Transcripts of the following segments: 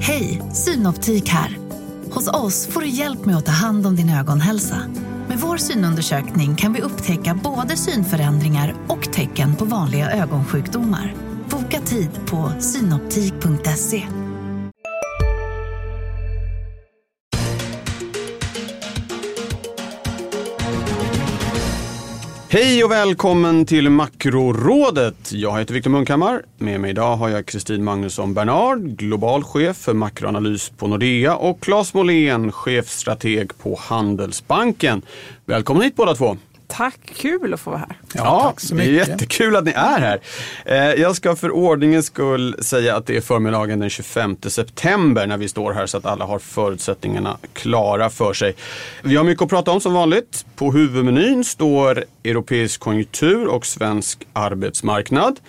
Hej, Synoptik här. Hos oss får du hjälp med att ta hand om din ögonhälsa. Med vår synundersökning kan vi upptäcka både synförändringar och tecken på vanliga ögonsjukdomar. Boka tid på synoptik.se. Hej och välkommen till Makrorådet. Jag heter Viktor Munkhammar. Med mig idag har jag Kristin Magnusson Bernard, global chef för makroanalys på Nordea, och Claes Molén, chefstrateg på Handelsbanken. Välkommen hit båda två. Tack, kul att få vara här. Ja, tack så mycket. Det är jättekul att ni är här. Jag ska för ordningens skull säga att det är förmiddagen den 25 september när vi står här, så att alla har förutsättningarna klara för sig. Vi har mycket att prata om som vanligt. På huvudmenyn står europeisk konjunktur och svensk arbetsmarknad.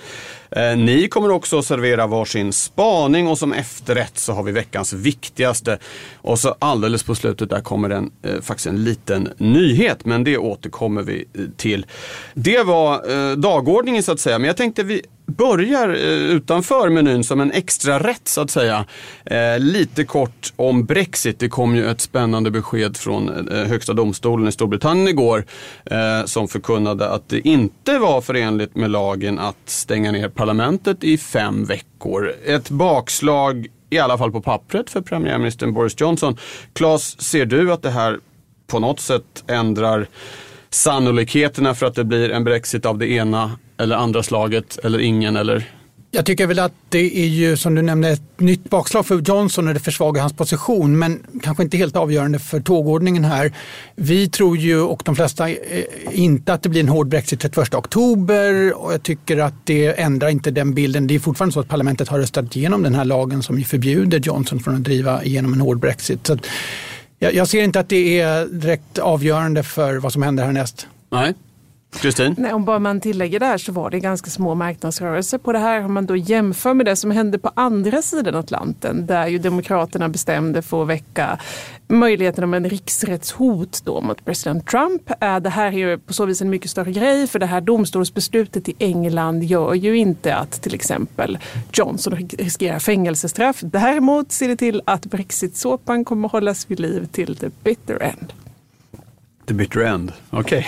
Ni kommer också att servera varsin spaning, och som efterrätt så har vi veckans viktigaste. Och så alldeles på slutet där kommer faktiskt en liten nyhet, men det återkommer vi till. Det var dagordningen så att säga, men jag tänkte vi börjar utanför menyn som en extra rätt så att säga. Lite kort om Brexit. Det kom ju ett spännande besked från högsta domstolen i Storbritannien igår som förkunnade att det inte var förenligt med lagen att stänga ner parlamentet i 5 veckor. Ett bakslag i alla fall på pappret för premiärministern Boris Johnson. Claes, ser du att det här på något sätt ändrar sannolikheterna för att det blir en Brexit av det ena eller andra slaget, eller ingen, eller? Jag tycker väl att det är ju, som du nämnde, ett nytt bakslag för Johnson och det försvagar hans position, men kanske inte helt avgörande för tågordningen här. Vi tror ju, och de flesta, inte att det blir en hård Brexit 31 oktober, och jag tycker att det ändrar inte den bilden. Det är fortfarande så att parlamentet har röstat igenom den här lagen som ju förbjuder Johnson från att driva igenom en hård Brexit. Så att jag ser inte att det är direkt avgörande för vad som händer härnäst. Nej. Kristin? Nej, om bara man tillägger där så var det ganska små marknadsrörelser på det här. Om man då jämför med det som hände på andra sidan Atlanten, där ju demokraterna bestämde för att väcka möjligheten om en riksrättshot då mot president Trump. Det här är ju på så vis en mycket större grej, för det här domstolsbeslutet i England gör ju inte att till exempel Johnson riskerar fängelsestraff. Däremot ser det till att Brexit-såpan kommer att hållas vid liv till the bitter end. The bitter end, okej.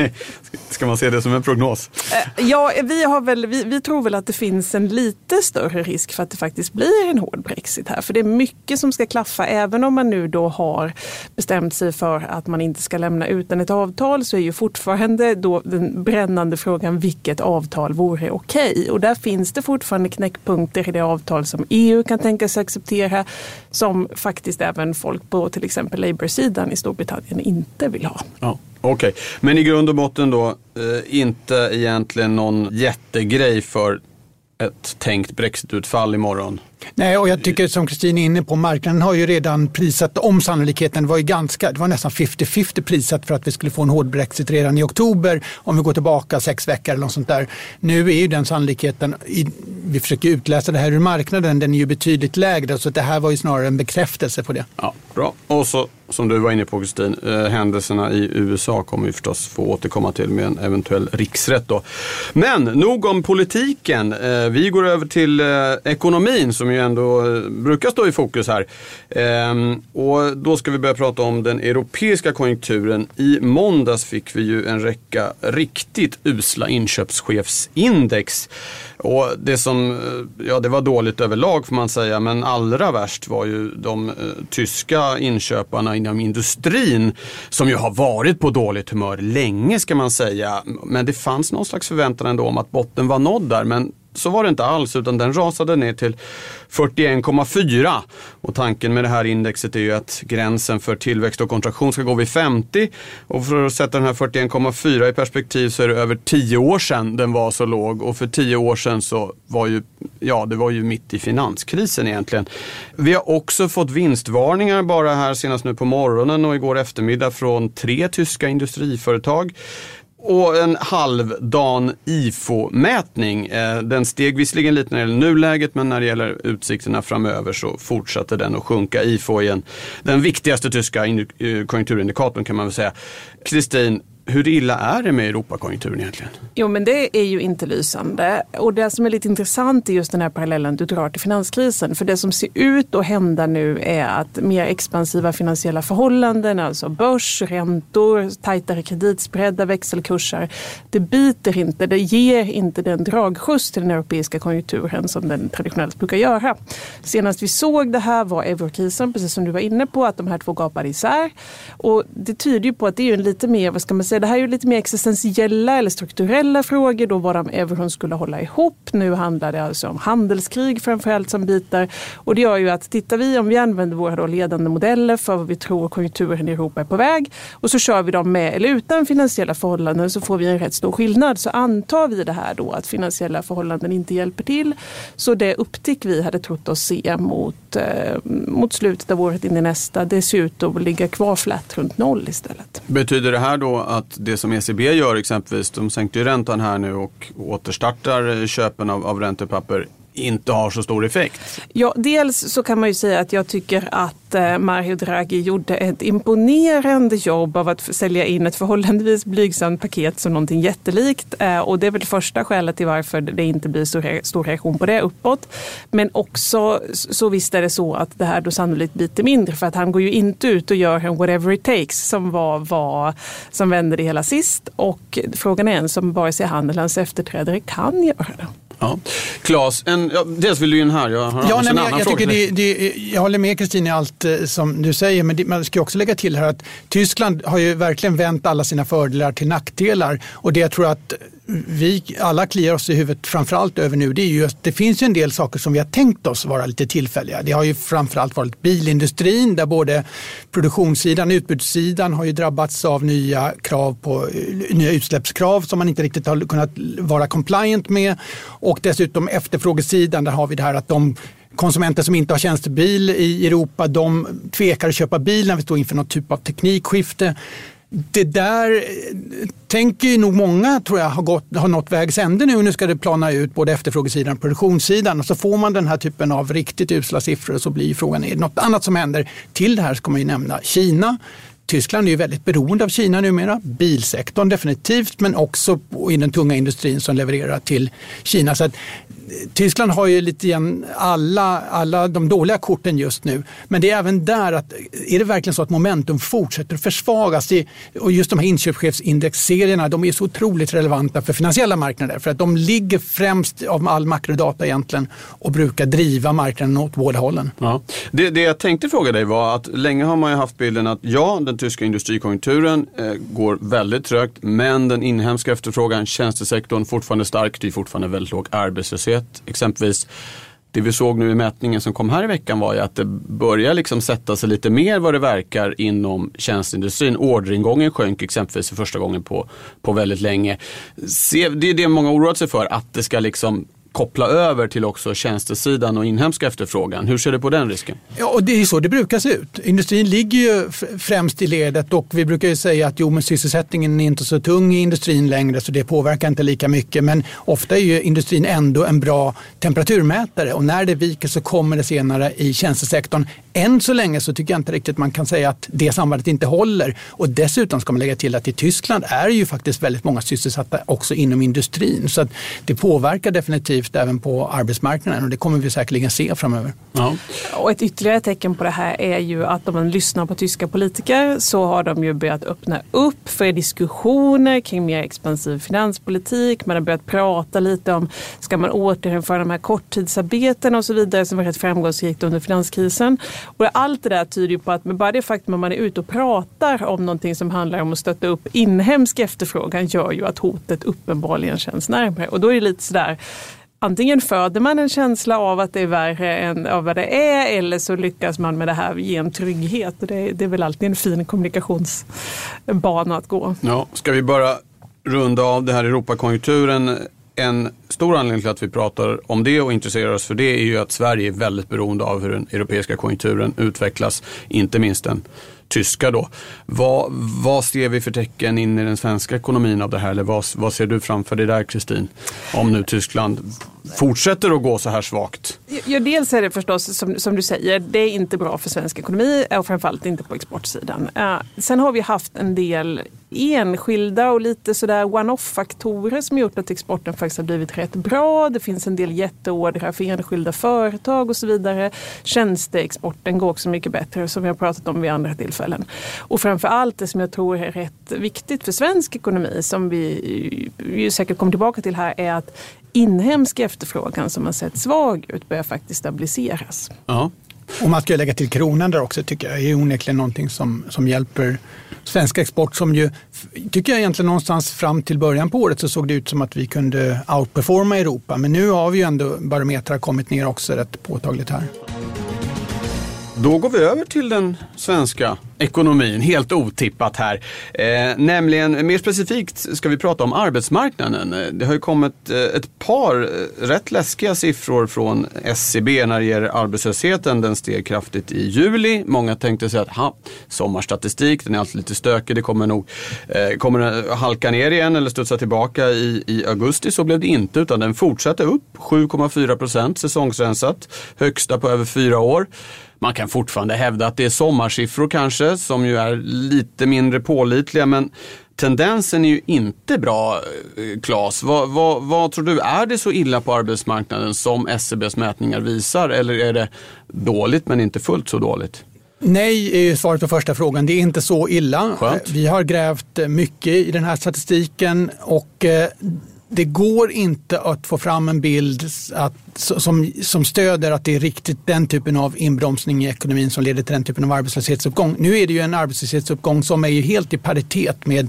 Ska man se det som en prognos? Ja, vi tror väl att det finns en lite större risk för att det faktiskt blir en hård Brexit här. För det är mycket som ska klaffa. Även om man nu då har bestämt sig för att man inte ska lämna utan ett avtal, så är ju fortfarande då den brännande frågan vilket avtal vore okej. Och där finns det fortfarande knäckpunkter i det avtal som EU kan tänka sig acceptera, som faktiskt även folk på till exempel Labour-sidan i Storbritannien inte vill ha. Ja, okej. Men i grund och botten då inte egentligen någon jättegrej för ett tänkt Brexit-utfall imorgon. Nej, och jag tycker som Kristin är inne på, marknaden har ju redan prisat om sannolikheten. Det var nästan 50-50 prisat för att vi skulle få en hård Brexit redan i oktober, om vi går tillbaka 6 veckor eller något sånt där. Nu är ju den sannolikheten, vi försöker utläsa det här ur marknaden, den är ju betydligt lägre, så det här var ju snarare en bekräftelse på det. Ja, bra. Och så, som du var inne på Kristin, händelserna i USA kommer vi förstås få återkomma till med en eventuell riksrätt då. Men nog om politiken. Vi går över till ekonomin som ju ändå brukar stå i fokus här. Och då ska vi börja prata om den europeiska konjunkturen. I måndags fick vi ju en räcka riktigt usla inköpschefsindex. Och det som, ja, det var dåligt överlag får man säga, men allra värst var ju de tyska inköparna inom industrin som ju har varit på dåligt humör länge ska man säga. Men det fanns någon slags förväntan ändå om att botten var nådd där, men så var det inte alls, utan den rasade ner till 41,4. Och tanken med det här indexet är ju att gränsen för tillväxt och kontraktion ska gå vid 50. Och för att sätta den här 41,4 i perspektiv så är det över 10 år sedan den var så låg. Och för 10 år sedan så var ju, ja, det var ju mitt i finanskrisen egentligen. Vi har också fått vinstvarningar bara här senast nu på morgonen och igår eftermiddag från 3 tyska industriföretag. Och en halvdan IFO-mätning. Den steg visserligen lite när det gäller nuläget, men när det gäller utsikterna framöver så fortsatte den att sjunka. IFO igen, den viktigaste tyska konjunkturindikatorn kan man väl säga. Kristin, hur illa är det med Europakonjunkturen egentligen? Jo, men det är ju inte lysande. Och det som är lite intressant är just den här parallellen du drar till finanskrisen. För det som ser ut att hända nu är att mer expansiva finansiella förhållanden, alltså börs, räntor, tajtare kreditspreadar, växelkurser, det biter inte, det ger inte den dragskjuts till den europeiska konjunkturen som den traditionellt brukar göra. Senast vi såg det här var eurokrisen, precis som du var inne på, att de här två gapade isär. Och det tyder ju på att det är ju en lite mer, vad ska man säga, det här är ju lite mer existentiella eller strukturella frågor då vad euron skulle hålla ihop. Nu handlar det alltså om handelskrig framförallt som bitar. Och det gör ju att tittar vi, om vi använder våra då ledande modeller för vad vi tror konjunkturen i Europa är på väg och så kör vi dem med eller utan finansiella förhållanden så får vi en rätt stor skillnad. Så antar vi det här då att finansiella förhållanden inte hjälper till. Så det upptick vi hade trott att se mot slutet av året in i nästa, det ser ut att ligga kvar flätt runt 0 istället. Betyder det här då att det som ECB gör exempelvis, de sänkte ju räntan här nu och återstartar köpen av räntepapper, inte har så stor effekt? Ja, dels så kan man ju säga att jag tycker att Mario Draghi gjorde ett imponerande jobb av att sälja in ett förhållandevis blygsamt paket som någonting jättelikt. Och det är väl det första skälet till varför det inte blir så stor reaktion på det uppåt. Men också så visst är det så att det här då sannolikt biter mindre för att han går ju inte ut och gör en whatever it takes som vände det hela sist. Och frågan är en som vare sig han eller hans efterträdare kan göra det. Ja. Claes, dels vill du in här. Jag håller med Kristin i allt som du säger, men man ska också lägga till här att Tyskland har ju verkligen vänt alla sina fördelar till nackdelar, och det jag tror att vi alla kliar oss i huvudet framförallt över nu, det är ju att det finns ju en del saker som vi har tänkt oss vara lite tillfälliga. Det har ju framförallt varit bilindustrin där både produktionssidan och utbudssidan har ju drabbats av nya utsläppskrav som man inte riktigt har kunnat vara compliant med, och dessutom efterfrågesidan, där har vi det här att de konsumenter som inte har tjänstebil i Europa, de tvekar att köpa bil när vi står inför någon typ av teknikskifte. Det där tänker ju nog många, tror jag, har nått vägs ände nu. Nu ska det plana ut både efterfrågesidan och produktionssidan, och så får man den här typen av riktigt usla siffror, och så blir frågan, är det något annat som händer? Till det här ska man ju nämna Kina. Tyskland är ju väldigt beroende av Kina numera. Bilsektorn definitivt, men också i den tunga industrin som levererar till Kina. Så att Tyskland har ju lite grann alla de dåliga korten just nu. Men det är även där att, är det verkligen så att momentum fortsätter att försvagas? Och just de här inköpschefsindexserierna, de är så otroligt relevanta för finansiella marknader. För att de ligger främst av all makrodata egentligen och brukar driva marknaden åt båda hållen. Ja. Det jag tänkte fråga dig var att länge har man ju haft bilden att den tyska industrikonjunkturen går väldigt trögt, men den inhemska efterfrågan, tjänstesektorn, fortfarande stark. Det är fortfarande väldigt låg arbetslöshet. Exempelvis det vi såg nu i mätningen som kom här i veckan var ju att det börjar liksom sätta sig lite mer vad det verkar inom tjänsteindustrin. Orderingången sjönk exempelvis för första gången på väldigt länge. Det är det många oroat sig för, att det ska liksom koppla över till också tjänstesidan och inhemska efterfrågan. Hur ser du på den risken? Ja, och det är så det brukar se ut. Industrin ligger ju främst i ledet, och vi brukar ju säga att men sysselsättningen är inte så tung i industrin längre, så det påverkar inte lika mycket. Men ofta är ju industrin ändå en bra temperaturmätare, och när det viker så kommer det senare i tjänstesektorn. Än så länge så tycker jag inte riktigt man kan säga att det sambandet inte håller. Och dessutom ska man lägga till att i Tyskland är ju faktiskt väldigt många sysselsatta också inom industrin. Så att det påverkar definitivt även på arbetsmarknaden, och det kommer vi säkerligen se framöver. Ja. Och ett ytterligare tecken på det här är ju att om man lyssnar på tyska politiker så har de ju börjat öppna upp för diskussioner kring mer expansiv finanspolitik. Man har börjat prata lite om, ska man återinföra de här korttidsarbeten och så vidare som var rätt framgångsrikt under finanskrisen. Och allt det där tyder ju på att med bara det faktum att man är ute och pratar om någonting som handlar om att stötta upp inhemsk efterfrågan gör ju att hotet uppenbarligen känns närmare. Och då är det lite sådär, antingen föder man en känsla av att det är värre än av vad det är, eller så lyckas man med det här ge en trygghet. Det är väl alltid en fin kommunikationsbana att gå. Ja, ska vi bara runda av det här Europakonjunkturen? En stor anledning till att vi pratar om det och intresserar oss för det är ju att Sverige är väldigt beroende av hur den europeiska konjunkturen utvecklas, inte minst den tyska då. Vad ser vi för tecken in i den svenska ekonomin av det här? Eller vad ser du framför dig där, Kristin? Om nu Tyskland fortsätter att gå så här svagt? Ja, dels är det förstås som du säger, det är inte bra för svensk ekonomi och framförallt inte på exportsidan. Sen har vi haft en del enskilda och lite sådär one-off-faktorer som gjort att exporten faktiskt har blivit rätt bra. Det finns en del jätteordrar för enskilda företag och så vidare. Tjänsteexporten går också mycket bättre, som vi har pratat om vid andra tillfällen. Och framförallt det som jag tror är rätt viktigt för svensk ekonomi, som vi säkert kommer tillbaka till här, är att inhemsk efterfrågan som har sett svag ut börjar faktiskt stabiliseras. Ja. Och man ska lägga till kronan där också, tycker jag. Det är onekligen någonting som hjälper svensk export, som ju, tycker jag egentligen någonstans fram till början på året så såg det ut som att vi kunde outperforma Europa. Men nu har vi ju ändå barometrar kommit ner också rätt påtagligt här. Då går vi över till den svenska ekonomin, helt otippat här. Nämligen, mer specifikt ska vi prata om arbetsmarknaden. Det har ju kommit ett par rätt läskiga siffror från SCB när det gäller arbetslösheten. Den steg kraftigt i juli. Många tänkte sig att sommarstatistik, den är alltid lite stökig. Det kommer halka ner igen eller studsa tillbaka i augusti. Så blev det inte, utan den fortsatte upp 7,4% säsongsrensat. Högsta på över 4 år. Man kan fortfarande hävda att det är sommarsiffror kanske, som ju är lite mindre pålitliga, men tendensen är ju inte bra, Claes. Vad tror du? Är det så illa på arbetsmarknaden som SCBs mätningar visar, eller är det dåligt men inte fullt så dåligt? Nej är svaret på första frågan. Det är inte så illa. Skönt. Vi har grävt mycket i den här statistiken och det går inte att få fram en bild som stöder att det är riktigt den typen av inbromsning i ekonomin som leder till den typen av arbetslöshetsuppgång. Nu är det ju en arbetslöshetsuppgång som är ju helt i paritet med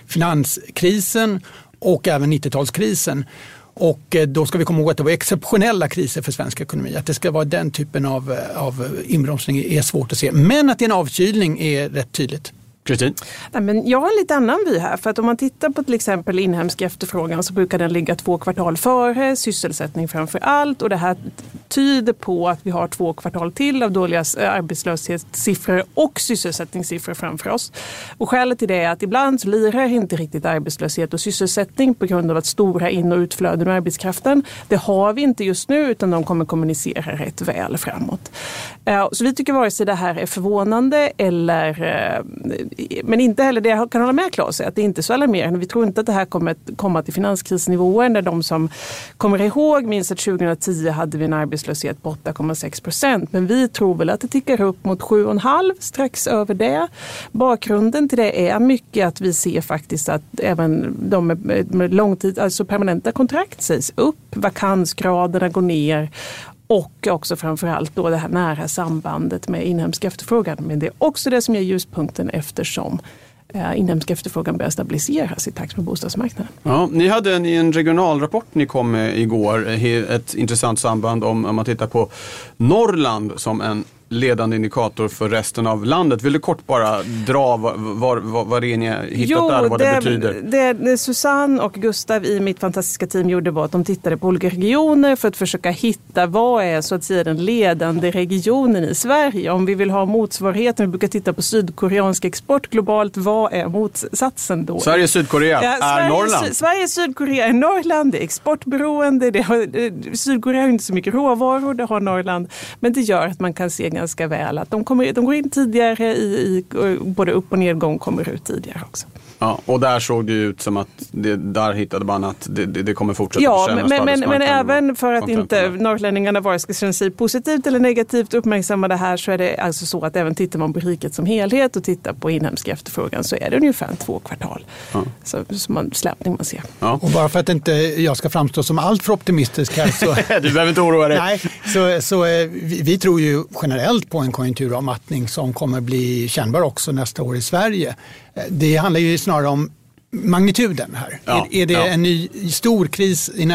finanskrisen och även 90-talskrisen. Och då ska vi komma ihåg att det var exceptionella kriser för svensk ekonomi. Att det ska vara den typen av inbromsning är svårt att se. Men att det är en avkylning är rätt tydligt. Kristin? Nej, men jag har en lite annan vy här. För att om man tittar på till exempel inhemsk efterfrågan så brukar den ligga 2 kvartal före, sysselsättning framför allt. Och det här tyder på att vi har 2 kvartal till av dåliga arbetslöshetssiffror och sysselsättningssiffror framför oss. Och skälet till det är att ibland så lirar inte riktigt arbetslöshet och sysselsättning på grund av att stora in- och utflöden av arbetskraften. Det har vi inte just nu, utan de kommer kommunicera rätt väl framåt. Så vi tycker vare sig det här är förvånande eller... Men inte heller det, jag kan hålla med Claes, att det är inte så alarmerande. Vi tror inte att det här kommer att komma till finanskrisnivåer, där de som kommer ihåg minns att 2010 hade vi en arbetslöshet på 8,6%. Men vi tror väl att det tickar upp mot 7,5%, strax över det. Bakgrunden till det är mycket att vi ser faktiskt att även de med långtid, alltså permanenta kontrakt sägs upp, vakansgraderna går ner. Och också framförallt då det här nära sambandet med inhemsk efterfrågan. Men det är också det som är ljuspunkten, eftersom inhemsk efterfrågan börjar stabiliseras i takt med bostadsmarknaden. Ja, ni hade en regionalrapport ni kom med igår. Ett intressant samband om man tittar på Norrland som en ledande indikator för resten av landet. Vill du kort bara dra vad det är ni har hittat där och vad det betyder? Det Susanne och Gustav i mitt fantastiska team gjorde var att de tittade på olika regioner för att försöka hitta vad är så att säga den ledande regionen i Sverige. Om vi vill ha motsvarigheten, vi brukar titta på sydkoreansk export globalt, vad är motsatsen då? Sverige, Sydkorea är Norrland. Sverige, Sydkorea är Norrland, det är exportberoende, Sydkorea har inte så mycket råvaror, det har Norrland, men det gör att man kan se ganska väl att de går in tidigare i både upp- och nedgång, kommer ut tidigare också. Ja, och där såg det ut som att där hittade man att det kommer fortsätta försämras. Men även för att inte norrlänningarna vare ska känna sig positivt eller negativt uppmärksamma det här, så är det alltså så att även tittar man på riket som helhet och tittar på inhemsk efterfrågan, så är det ungefär 2 kvartal. Ja. Så släppning man ser. Ja. Och bara för att inte jag ska framstå som allt för optimistisk här så... Du behöver inte oroa dig. Nej, så vi tror ju generellt på en konjunkturavmattning som kommer bli kännbar också nästa år i Sverige. Det handlar ju snarare om magnituden här. Ja, är det en ny stor kris i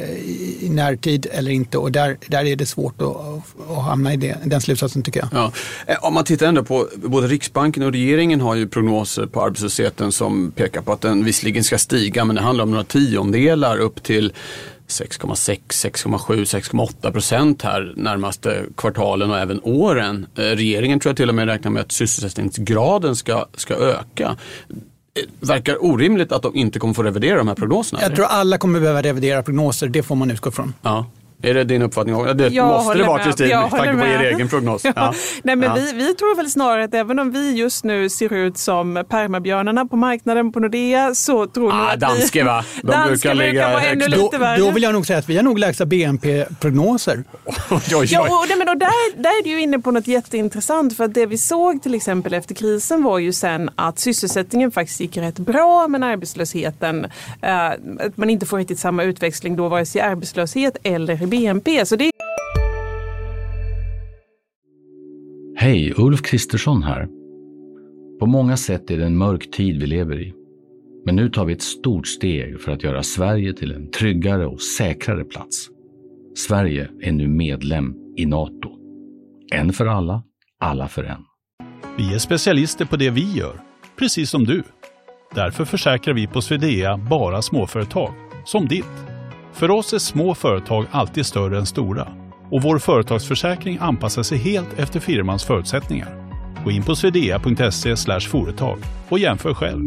närtid eller inte? Och där är det svårt att hamna i den slutsatsen, tycker jag. Ja. Om man tittar ändå på både Riksbanken och regeringen har ju prognoser på arbetslösheten som pekar på att den visserligen ska stiga, men det handlar om några tiondelar upp till 6,6, 6,7, 6,8% här närmaste kvartalen och även åren. Regeringen tror jag till och med räknar med att sysselsättningsgraden ska öka. Verkar orimligt att de inte kommer få revidera de här prognoserna. Jag tror alla kommer behöva revidera prognoser, det får man utgå från. Ja. Är det din uppfattning? Det måste det vara, Kristin, med tanke på er egen prognos. Ja. Nej, men vi tror väl snarare att även om vi just nu ser ut som permabjörnarna på marknaden på Nordea, så tror vi att danske, va? De brukar ligga högt. Då vill jag nog säga att vi har nog lägsta BNP-prognoser. Ja, men där är du ju inne på något jätteintressant, för att det vi såg till exempel efter krisen var ju sen att sysselsättningen faktiskt gick rätt bra, men arbetslösheten, att man inte får riktigt samma utväxling då, vare sig i arbetslöshet eller i BNP. Så det... Hej, Ulf Kristersson här. På många sätt är det en mörk tid vi lever i. Men nu tar vi ett stort steg för att göra Sverige till en tryggare och säkrare plats. Sverige är nu medlem i NATO. En för alla, alla för en. Vi är specialister på det vi gör, precis som du. Därför försäkrar vi på Swedea bara småföretag, som ditt. För oss är små företag alltid större än stora. Och vår företagsförsäkring anpassar sig helt efter firmans förutsättningar. Gå in på swedea.se/företag och jämför själv.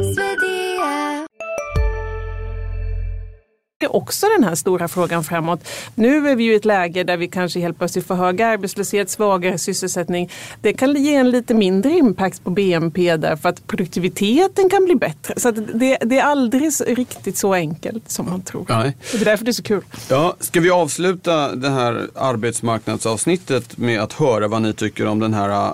Det är också den här stora frågan framåt. Nu är vi ju i ett läge där vi kanske helt plötsligt får hög arbetslöshet, svagare sysselsättning. Det kan ge en lite mindre impact på BNP därför att produktiviteten kan bli bättre. Så att det är aldrig riktigt så enkelt som man tror. Nej. Det är därför det är så kul. Ja, ska vi avsluta det här arbetsmarknadsavsnittet med att höra vad ni tycker om den här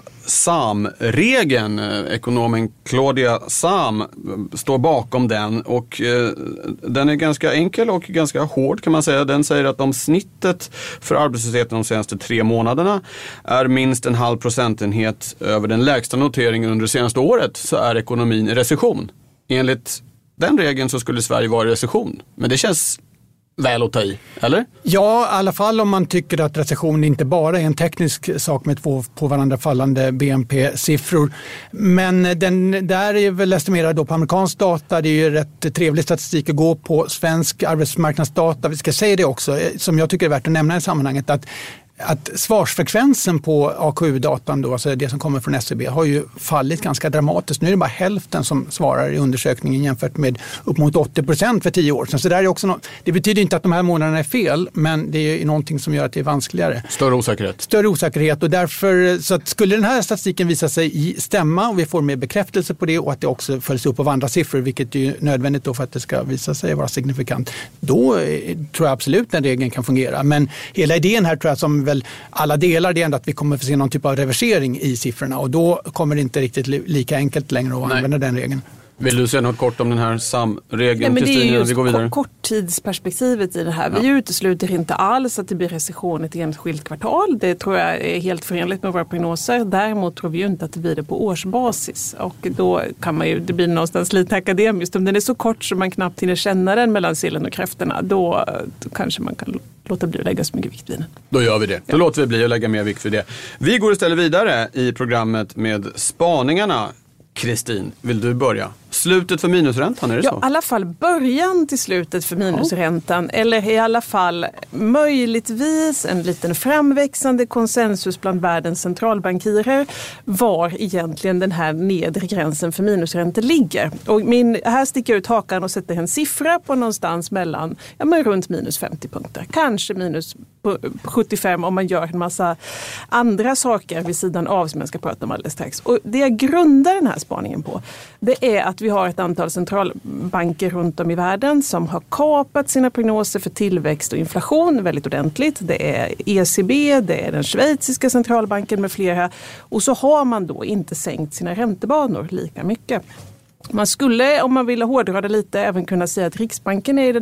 SAM-regeln. Ekonomen Claudia Sam står bakom den, och den är ganska enkel och ganska hård, kan man säga. Den säger att om snittet för arbetslösheten de senaste 3 månaderna är minst 0,5 procentenhet över den lägsta noteringen under det senaste året, så är ekonomin i recession. Enligt den regeln så skulle Sverige vara i recession. Men det känns väl att ta i, eller? Ja, i alla fall om man tycker att recession inte bara är en teknisk sak med 2 på varandra fallande BNP-siffror. Men den där är väl estimerad då på amerikansk data. Det är ju rätt trevlig statistik att gå på. Svensk arbetsmarknadsdata, vi ska säga det också, som jag tycker är värt att nämna i sammanhanget, att svarsfrekvensen på AKU-datan, då, alltså det som kommer från SCB, har ju fallit ganska dramatiskt. Nu är det bara hälften som svarar i undersökningen jämfört med upp mot 80% för 10 år sedan. Så där är också det betyder inte att de här månaderna är fel, men det är någonting som gör att det är vanskligare. Större osäkerhet. Och därför, så att skulle den här statistiken visa sig stämma och vi får mer bekräftelse på det, och att det också följs upp av andra siffror, vilket är nödvändigt då för att det ska visa sig vara signifikant, då tror jag absolut den regeln kan fungera. Men hela idén här tror jag som väl alla delar, det är ändå att vi kommer få se någon typ av reversering i siffrorna, och då kommer det inte riktigt lika enkelt längre att använda den regeln. Vill du säga något kort om den här SAM-regeln, Kristin, innan vi går vidare? Det är ju korttidsperspektivet i det här. Vi utesluter inte alls att det blir recession ett enskilt kvartal. Det tror jag är helt förenligt med våra prognoser. Däremot tror vi ju inte att det blir det på årsbasis. Och då kan man ju, det blir någonstans lite akademiskt. Om den är så kort så man knappt hinner känna den mellan sillen och kräftorna, då kanske man kan låta bli att lägga så mycket vikt vid den. Då gör vi det. Då låter vi bli att lägga mer vikt för det. Vi går istället vidare i programmet med spaningarna. Kristin, vill du börja? Slutet för minusräntan, är det så? Ja, i alla fall början till slutet för minusräntan. Ja. Eller i alla fall möjligtvis en liten framväxande konsensus bland världens centralbankirer var egentligen den här nedre gränsen för minusräntor ligger. Och här sticker jag ut hakan och sätter en siffra på någonstans mellan, runt minus 50 punkter. Kanske minus 75 om man gör en massa andra saker vid sidan av som jag ska prata om alldeles strax. Och det jag grundar den här spaningen på, det är att vi har ett antal centralbanker runt om i världen som har kapat sina prognoser för tillväxt och inflation väldigt ordentligt. Det är ECB, det är den schweiziska centralbanken med flera. Och så har man då inte sänkt sina räntebanor lika mycket. Man skulle, om man ville hårdra det lite, även kunna säga att Riksbanken är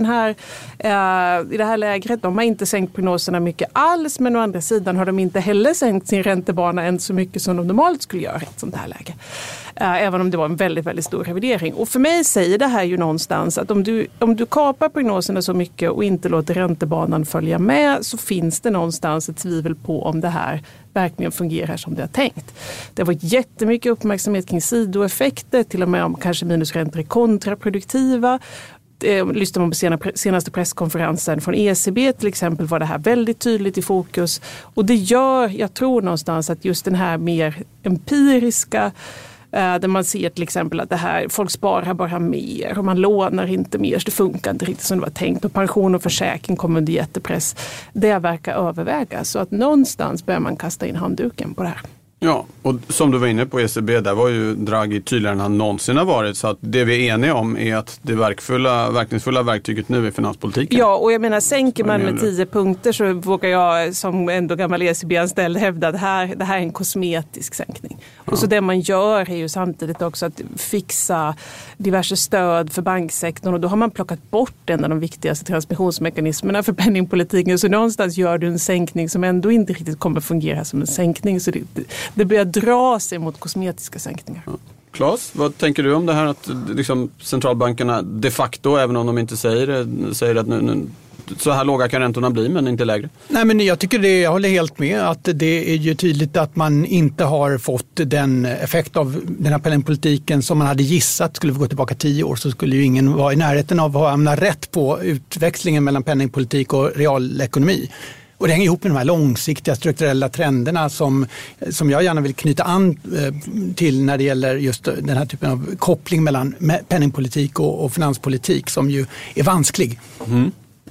i det här lägret. De har inte sänkt prognoserna mycket alls, men å andra sidan har de inte heller sänkt sin räntebana än så mycket som de normalt skulle göra i ett sånt här läge. Även om det var en väldigt, väldigt stor revidering. Och för mig säger det här ju någonstans att om du kapar prognoserna så mycket och inte låter räntebanan följa med, så finns det någonstans ett tvivel på om det här verkligen fungerar som det har tänkt. Det har varit jättemycket uppmärksamhet kring sidoeffekter, till och med om kanske minusräntor är kontraproduktiva. Lyssnar man på senaste presskonferensen från ECB till exempel var det här väldigt tydligt i fokus. Och det gör, jag tror någonstans att just den här mer empiriska där man ser till exempel att det här, folk sparar bara mer och man lånar inte mer, så det funkar inte riktigt som det var tänkt och pension och försäkring kommer under jättepress. Det verkar överväga, så att någonstans börjar man kasta in handduken på det här. Ja, och som du var inne på ECB, där var ju Draghi tydligare än han någonsin har varit. Så att det vi är eniga om är att det verkningsfulla verktyget nu är finanspolitiken. Ja, och jag menar, sänker man med 10 punkter så vågar jag som ändå gammal ECB-anställd hävda att det här är en kosmetisk sänkning. Ja. Och så det man gör är ju samtidigt också att fixa diverse stöd för banksektorn, och då har man plockat bort en av de viktigaste transmissionsmekanismerna för penningpolitiken. Så någonstans gör du en sänkning som ändå inte riktigt kommer fungera som en sänkning, så det börjar dra sig mot kosmetiska sänkningar. Ja. Claes, vad tänker du om det här att liksom, centralbankerna de facto, även om de inte säger att nu så här låga kan räntorna bli, men inte lägre? Nej, men jag håller helt med att det är ju tydligt att man inte har fått den effekt av den här penningpolitiken som man hade gissat. Skulle vi gå tillbaka 10 år så skulle ju ingen vara i närheten av att hamna rätt på utväxlingen mellan penningpolitik och realekonomi. Och det hänger ihop med de här långsiktiga strukturella trenderna som jag gärna vill knyta an till när det gäller just den här typen av koppling mellan penningpolitik och finanspolitik som ju är vansklig. Mm.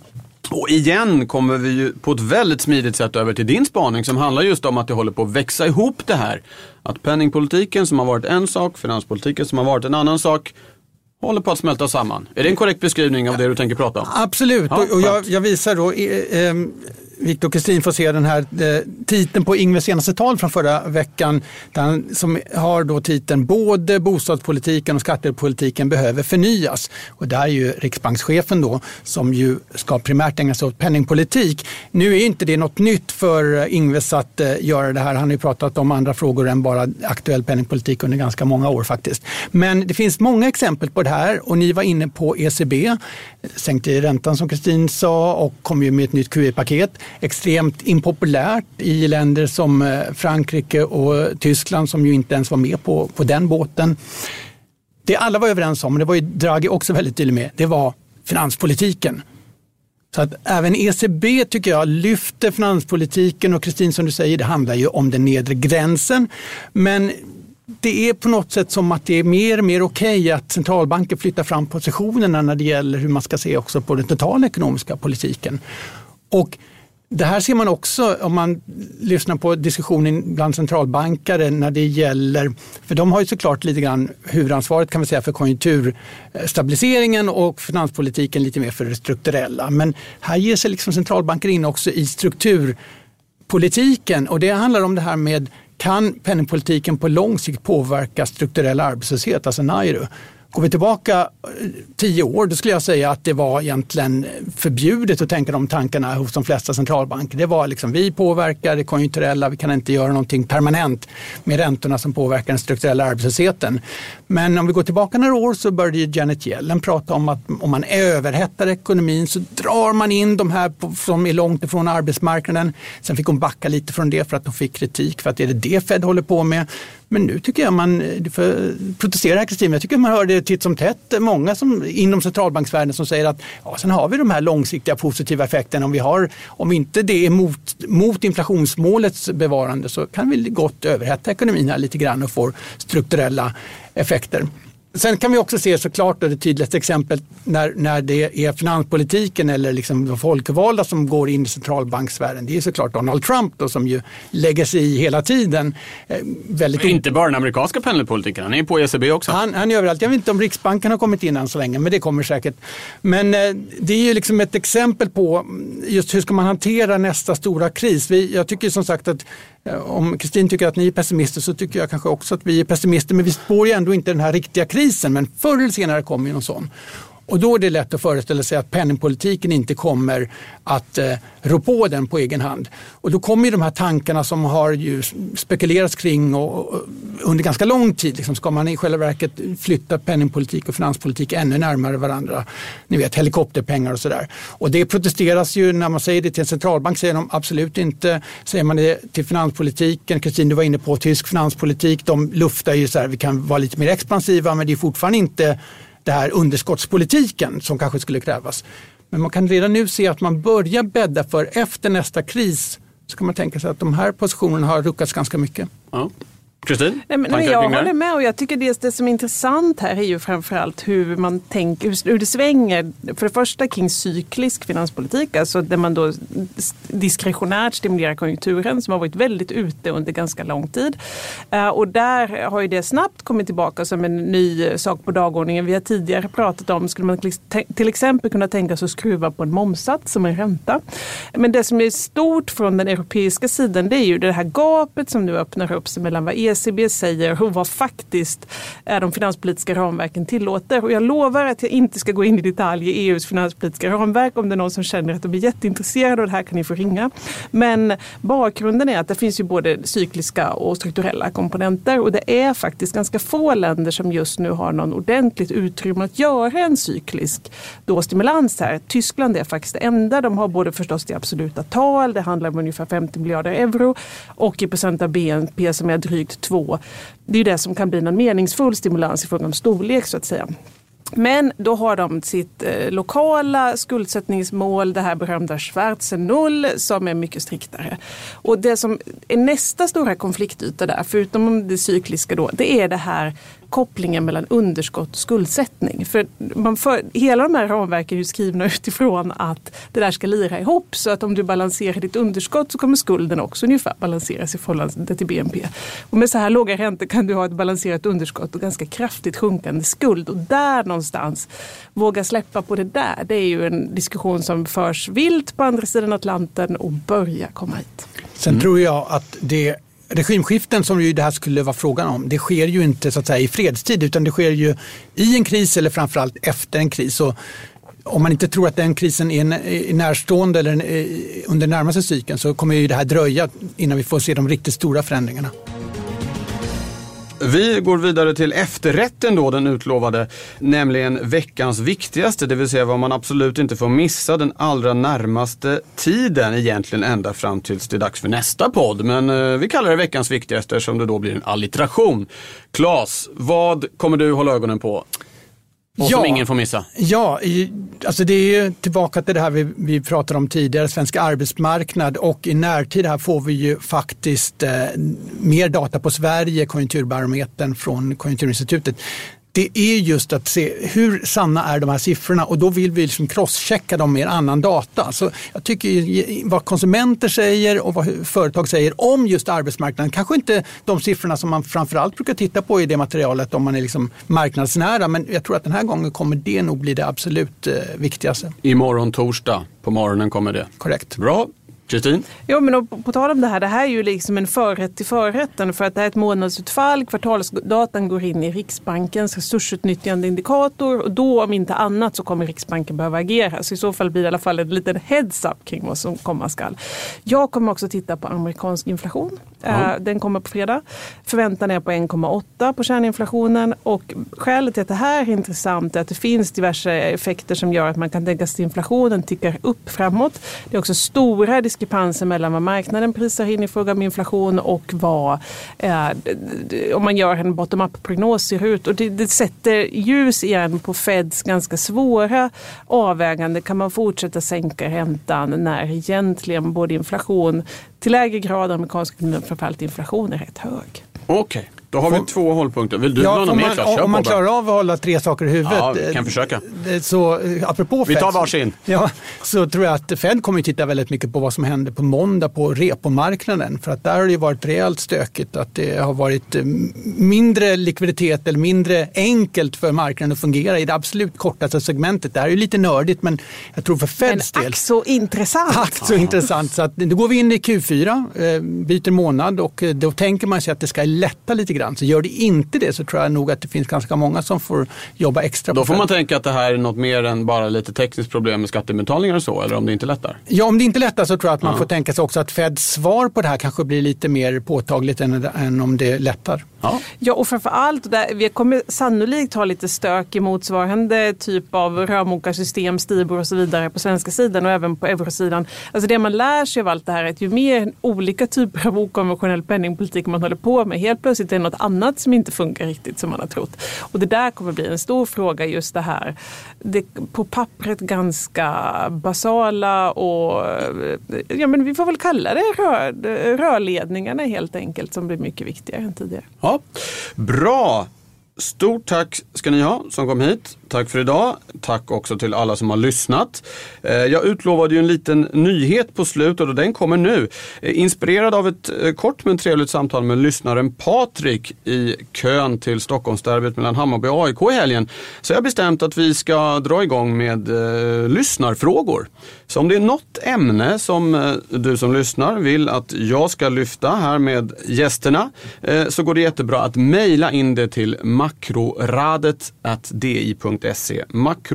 Och igen kommer vi ju på ett väldigt smidigt sätt över till din spaning som handlar just om att det håller på att växa ihop det här. Att penningpolitiken som har varit en sak, finanspolitiken som har varit en annan sak, håller på att smälta samman. Är det en korrekt beskrivning av det du tänker prata om? Absolut, ja, och jag visar då Victor och Kristin får se den här titeln på Ingves senaste tal från förra veckan som har då titeln både bostadspolitiken och skattepolitiken behöver förnyas. Och där är ju riksbankschefen då som ju ska primärt ägna sig åt penningpolitik. Nu är inte det något nytt för Ingves att göra det här. Han har ju pratat om andra frågor än bara aktuell penningpolitik under ganska många år faktiskt. Men det finns många exempel på det här och ni var inne på ECB. Sänkte räntan som Kristin sa och kom ju med ett nytt QE-paket. Extremt impopulärt i länder som Frankrike och Tyskland som ju inte ens var med på den båten. Det alla var överens om, och det var ju Draghi också väldigt tydlig med, det var finanspolitiken. Så att även ECB tycker jag lyfter finanspolitiken, och Kristin som du säger, det handlar ju om den nedre gränsen. Men det är på något sätt som att det är mer och mer okej att centralbanker flyttar fram positionerna när det gäller hur man ska se också på den totala ekonomiska politiken. Och det här ser man också om man lyssnar på diskussionen bland centralbankare när det gäller, för de har ju såklart lite grann huvudansvaret kan man säga för konjunkturstabiliseringen och finanspolitiken lite mer för det strukturella. Men här ger sig liksom centralbanker in också i strukturpolitiken, och det handlar om det här med kan penningpolitiken på lång sikt påverka strukturell arbetslöshet, alltså NAIRU. Går vi tillbaka 10 år, då skulle jag säga att det var egentligen förbjudet att tänka de tankarna hos de flesta centralbanker. Det var liksom, vi påverkar det konjunkturella, vi kan inte göra någonting permanent med räntorna som påverkar den strukturella arbetslösheten. Men om vi går tillbaka några år så började Janet Yellen prata om att om man överhettar ekonomin så drar man in de här som är långt ifrån arbetsmarknaden. Sen fick hon backa lite från det för att hon fick kritik för att det är det Fed håller på med. Men nu tycker jag man, för protestera Kristin, jag tycker man hör det titt som tätt, många som inom centralbanksvärlden som säger att ja, sen har vi de här långsiktiga positiva effekterna, om inte det är mot inflationsmålets bevarande så kan vi gott överhetta ekonomin här lite grann och få strukturella effekter. Sen kan vi också se såklart det tydligaste exempel när det är finanspolitiken eller liksom de folkvalda som går in i centralbanksfären. Det är såklart Donald Trump då, som ju lägger sig i hela tiden. Inte bara den amerikanska penningpolitiken, han är på ECB också. Han är överallt. Jag vet inte om Riksbanken har kommit in än så länge, men det kommer säkert. Men det är ju liksom ett exempel på just hur ska man hantera nästa stora kris. Jag tycker som sagt att om Kristin tycker att ni är pessimister så tycker jag kanske också att vi är pessimister, men vi spår ju ändå inte den här riktiga krisen, men förr eller senare kommer ju någon sån. Och då är det lätt att föreställa sig att penningpolitiken inte kommer att rå på den på egen hand. Och då kommer ju de här tankarna som har ju spekulerats kring och under ganska lång tid. Liksom ska man i själva verket flytta penningpolitik och finanspolitik ännu närmare varandra. Ni vet, helikopterpengar och sådär. Och det protesteras ju när man säger det till en centralbank, säger de absolut inte. Säger man det till finanspolitiken, Kristin du var inne på tysk finanspolitik, de luftar ju så här, vi kan vara lite mer expansiva men det är fortfarande inte det här underskottspolitiken som kanske skulle krävas. Men man kan redan nu se att man börjar bädda för efter nästa kris, så kan man tänka sig att de här positionerna har ruckats ganska mycket. Ja. Kristin? Nej, jag håller med, och jag tycker det som är intressant här är ju framförallt hur man tänker, hur det svänger. För det första kring cyklisk finanspolitik, alltså där man då diskretionärt stimulerar konjunkturen som har varit väldigt ute under ganska lång tid. Och där har ju det snabbt kommit tillbaka som en ny sak på dagordningen. Vi har tidigare pratat om, skulle man till exempel kunna tänka sig att skruva på en momssats som en ränta. Men det som är stort från den europeiska sidan, det är ju det här gapet som nu öppnar upp sig mellan vad ECB säger och vad faktiskt de finanspolitiska ramverken tillåter. Och jag lovar att jag inte ska gå in i detalj i EUs finanspolitiska ramverk. Om det är någon som känner att de är jätteintresserade av det här kan ni få ringa. Men bakgrunden är att det finns ju både cykliska och strukturella komponenter, och det är faktiskt ganska få länder som just nu har någon ordentligt utrymme att göra en cyklisk stimulans här. Tyskland är faktiskt det enda. De har både förstås det absoluta tal, det handlar om ungefär 50 miljarder euro, och i procent av BNP som är drygt 2. Det är ju det som kan bli en meningsfull stimulans i fråga om storlek så att säga. Men då har de sitt lokala skuldsättningsmål, det här berömda Schwarze Null, som är mycket striktare. Och det som är nästa stora konfliktyta där, förutom det cykliska då, det är det här kopplingen mellan underskott och skuldsättning. För hela de här ramverken är ju skrivna utifrån att det där ska lira ihop, så att om du balanserar ditt underskott så kommer skulden också ungefär balanseras i förhållande till BNP. Och med så här låga räntor kan du ha ett balanserat underskott och ganska kraftigt sjunkande skuld. Och där någonstans våga släppa på det där, det är ju en diskussion som förs vilt på andra sidan Atlanten och börjar komma hit. Sen tror jag att det regimskiften som ju det här skulle vara frågan om, det sker ju inte så att säga i fredstid, utan det sker ju i en kris eller framförallt efter en kris. Och om man inte tror att den krisen är närstående eller under närmaste cykeln, så kommer ju det här dröja innan vi får se de riktigt stora förändringarna. Vi går vidare till efterrätten då, den utlovade, nämligen veckans viktigaste, det vill säga vad man absolut inte får missa den allra närmaste tiden, egentligen ända fram tills det är dags för nästa podd. Men vi kallar det veckans viktigaste som det då blir en alliteration. Claes, vad kommer du hålla ögonen på? Och som ingen får missa. Ja, alltså det är ju tillbaka till det här vi pratade om tidigare, svenska arbetsmarknad, och i närtid här får vi ju faktiskt mer data på Sverige, konjunkturbarometern från Konjunkturinstitutet. Det är just att se hur sanna är de här siffrorna, och då vill vi liksom crosschecka dem med annan data. Så jag tycker vad konsumenter säger och vad företag säger om just arbetsmarknaden, kanske inte de siffrorna som man framförallt brukar titta på i det materialet om man är liksom marknadsnära, men jag tror att den här gången kommer det nog bli det absolut viktigaste. Imorgon torsdag på morgonen kommer det. Korrekt. Bra. Kristin? Jo, men på tal om det här är ju liksom en förrätt till förrätten, för att det här är ett månadsutfall, kvartalsdatan går in i Riksbankens resursutnyttjande indikator, och då om inte annat så kommer Riksbanken behöva agera. Så i så fall blir det i alla fall en liten heads-up kring vad som komma skall. Jag kommer också titta på amerikansk inflation. Den kommer på fredag. Förväntan är på 1,8 på kärninflationen, och skälet till att det här är intressant är att det finns diverse effekter som gör att man kan tänka sig att inflationen tickar upp framåt. Det är också stora diskrepanser mellan vad marknaden prisar in i fråga om inflation och vad om man gör en bottom-up-prognos ser ut. Och det sätter ljus igen på Feds ganska svåra avvägande. Kan man fortsätta sänka räntan när egentligen både inflation till lägre grad och amerikansk ekonomi, framförallt inflation, är rätt hög? Okej. Då har vi 2 hållpunkter. Vill du någon mer, Claes? Om man klarar av att hålla 3 saker i huvudet. Ja, vi kan försöka. Så apropå vi tar varsin. Ja, så tror jag att Fed kommer att titta väldigt mycket på vad som händer på måndag på repomarknaden. För att där har det varit rejält stökigt. Att det har varit mindre likviditet eller mindre enkelt för marknaden att fungera i det absolut kortaste segmentet. Det här är ju lite nördigt, men jag tror för Feds del. Ack så intressant. Ack så intressant. Så att då går vi in i Q4, byter månad, och då tänker man sig att det ska lätta lite grann. Så gör det inte det, så tror jag nog att det finns ganska många som får jobba extra. Då får man tänka att det här är något mer än bara lite tekniskt problem med skatteinbetalningar och så, eller om det inte lättar? Ja, om det inte lättar så tror jag att man får tänka sig också att Feds svar på det här kanske blir lite mer påtagligt än om det lättar. Ja, och framförallt, vi kommer sannolikt ha lite stök i motsvarande typ av rörmokarsystem, Stibor och så vidare på svenska sidan och även på eurosidan. Alltså det man lär sig av allt det här är att ju mer olika typer av okonventionell penningpolitik man håller på med, helt plötsligt är något annat som inte funkar riktigt som man har trott. Och det där kommer bli en stor fråga, just det här. Det på pappret ganska basala och men vi får väl kalla det rörledningarna helt enkelt, som blir mycket viktigare än tidigare. Ja, bra! Stort tack ska ni ha som kom hit. Tack för idag. Tack också till alla som har lyssnat. Jag utlovade ju en liten nyhet på slutet och den kommer nu. Inspirerad av ett kort men trevligt samtal med lyssnaren Patrik i kön till Stockholmsderbyt mellan Hammarby och AIK i helgen, så jag har bestämt att vi ska dra igång med lyssnarfrågor. Så om det är något ämne som du som lyssnar vill att jag ska lyfta här med gästerna, så går det jättebra att mejla in det till makroradet@di.se.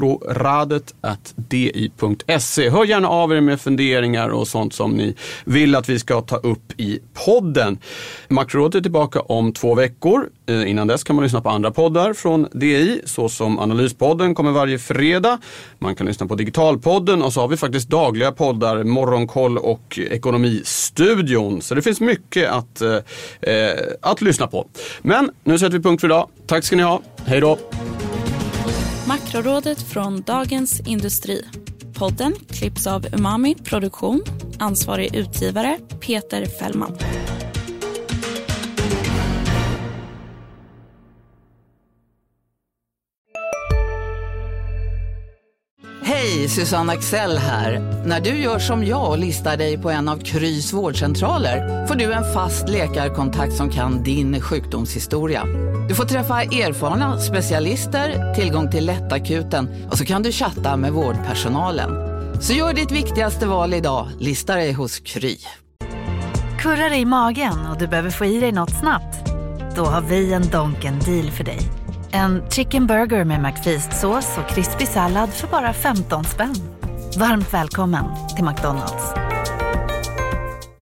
makroradet@di.se. Hör gärna av er med funderingar och sånt som ni vill att vi ska ta upp i podden. Makroradet är tillbaka om 2 veckor. Innan dess kan man lyssna på andra poddar från DI, såsom Analyspodden kommer varje fredag. Man kan lyssna på Digitalpodden och så har vi faktiskt dagliga poddar, Morgonkoll och Ekonomistudion. Så det finns mycket att lyssna på. Men nu sätter vi punkt för idag. Tack ska ni ha. Hej då! Makrorådet från Dagens Industri. Podden klipps av Umami Produktion. Ansvarig utgivare Peter Fällman. Hej, Susanne Axel här. När du gör som jag och listar dig på en av Krys vårdcentraler får du en fast läkarkontakt som kan din sjukdomshistoria. Du får träffa erfarna specialister, tillgång till lättakuten och så kan du chatta med vårdpersonalen. Så gör ditt viktigaste val idag, lista dig hos Kry. Kurrar i magen och du behöver få i dig något snabbt? Då har vi en Donken deal för dig. En chicken burger med McFeast-sås och krispig sallad för bara 15 spänn. Varmt välkommen till McDonald's.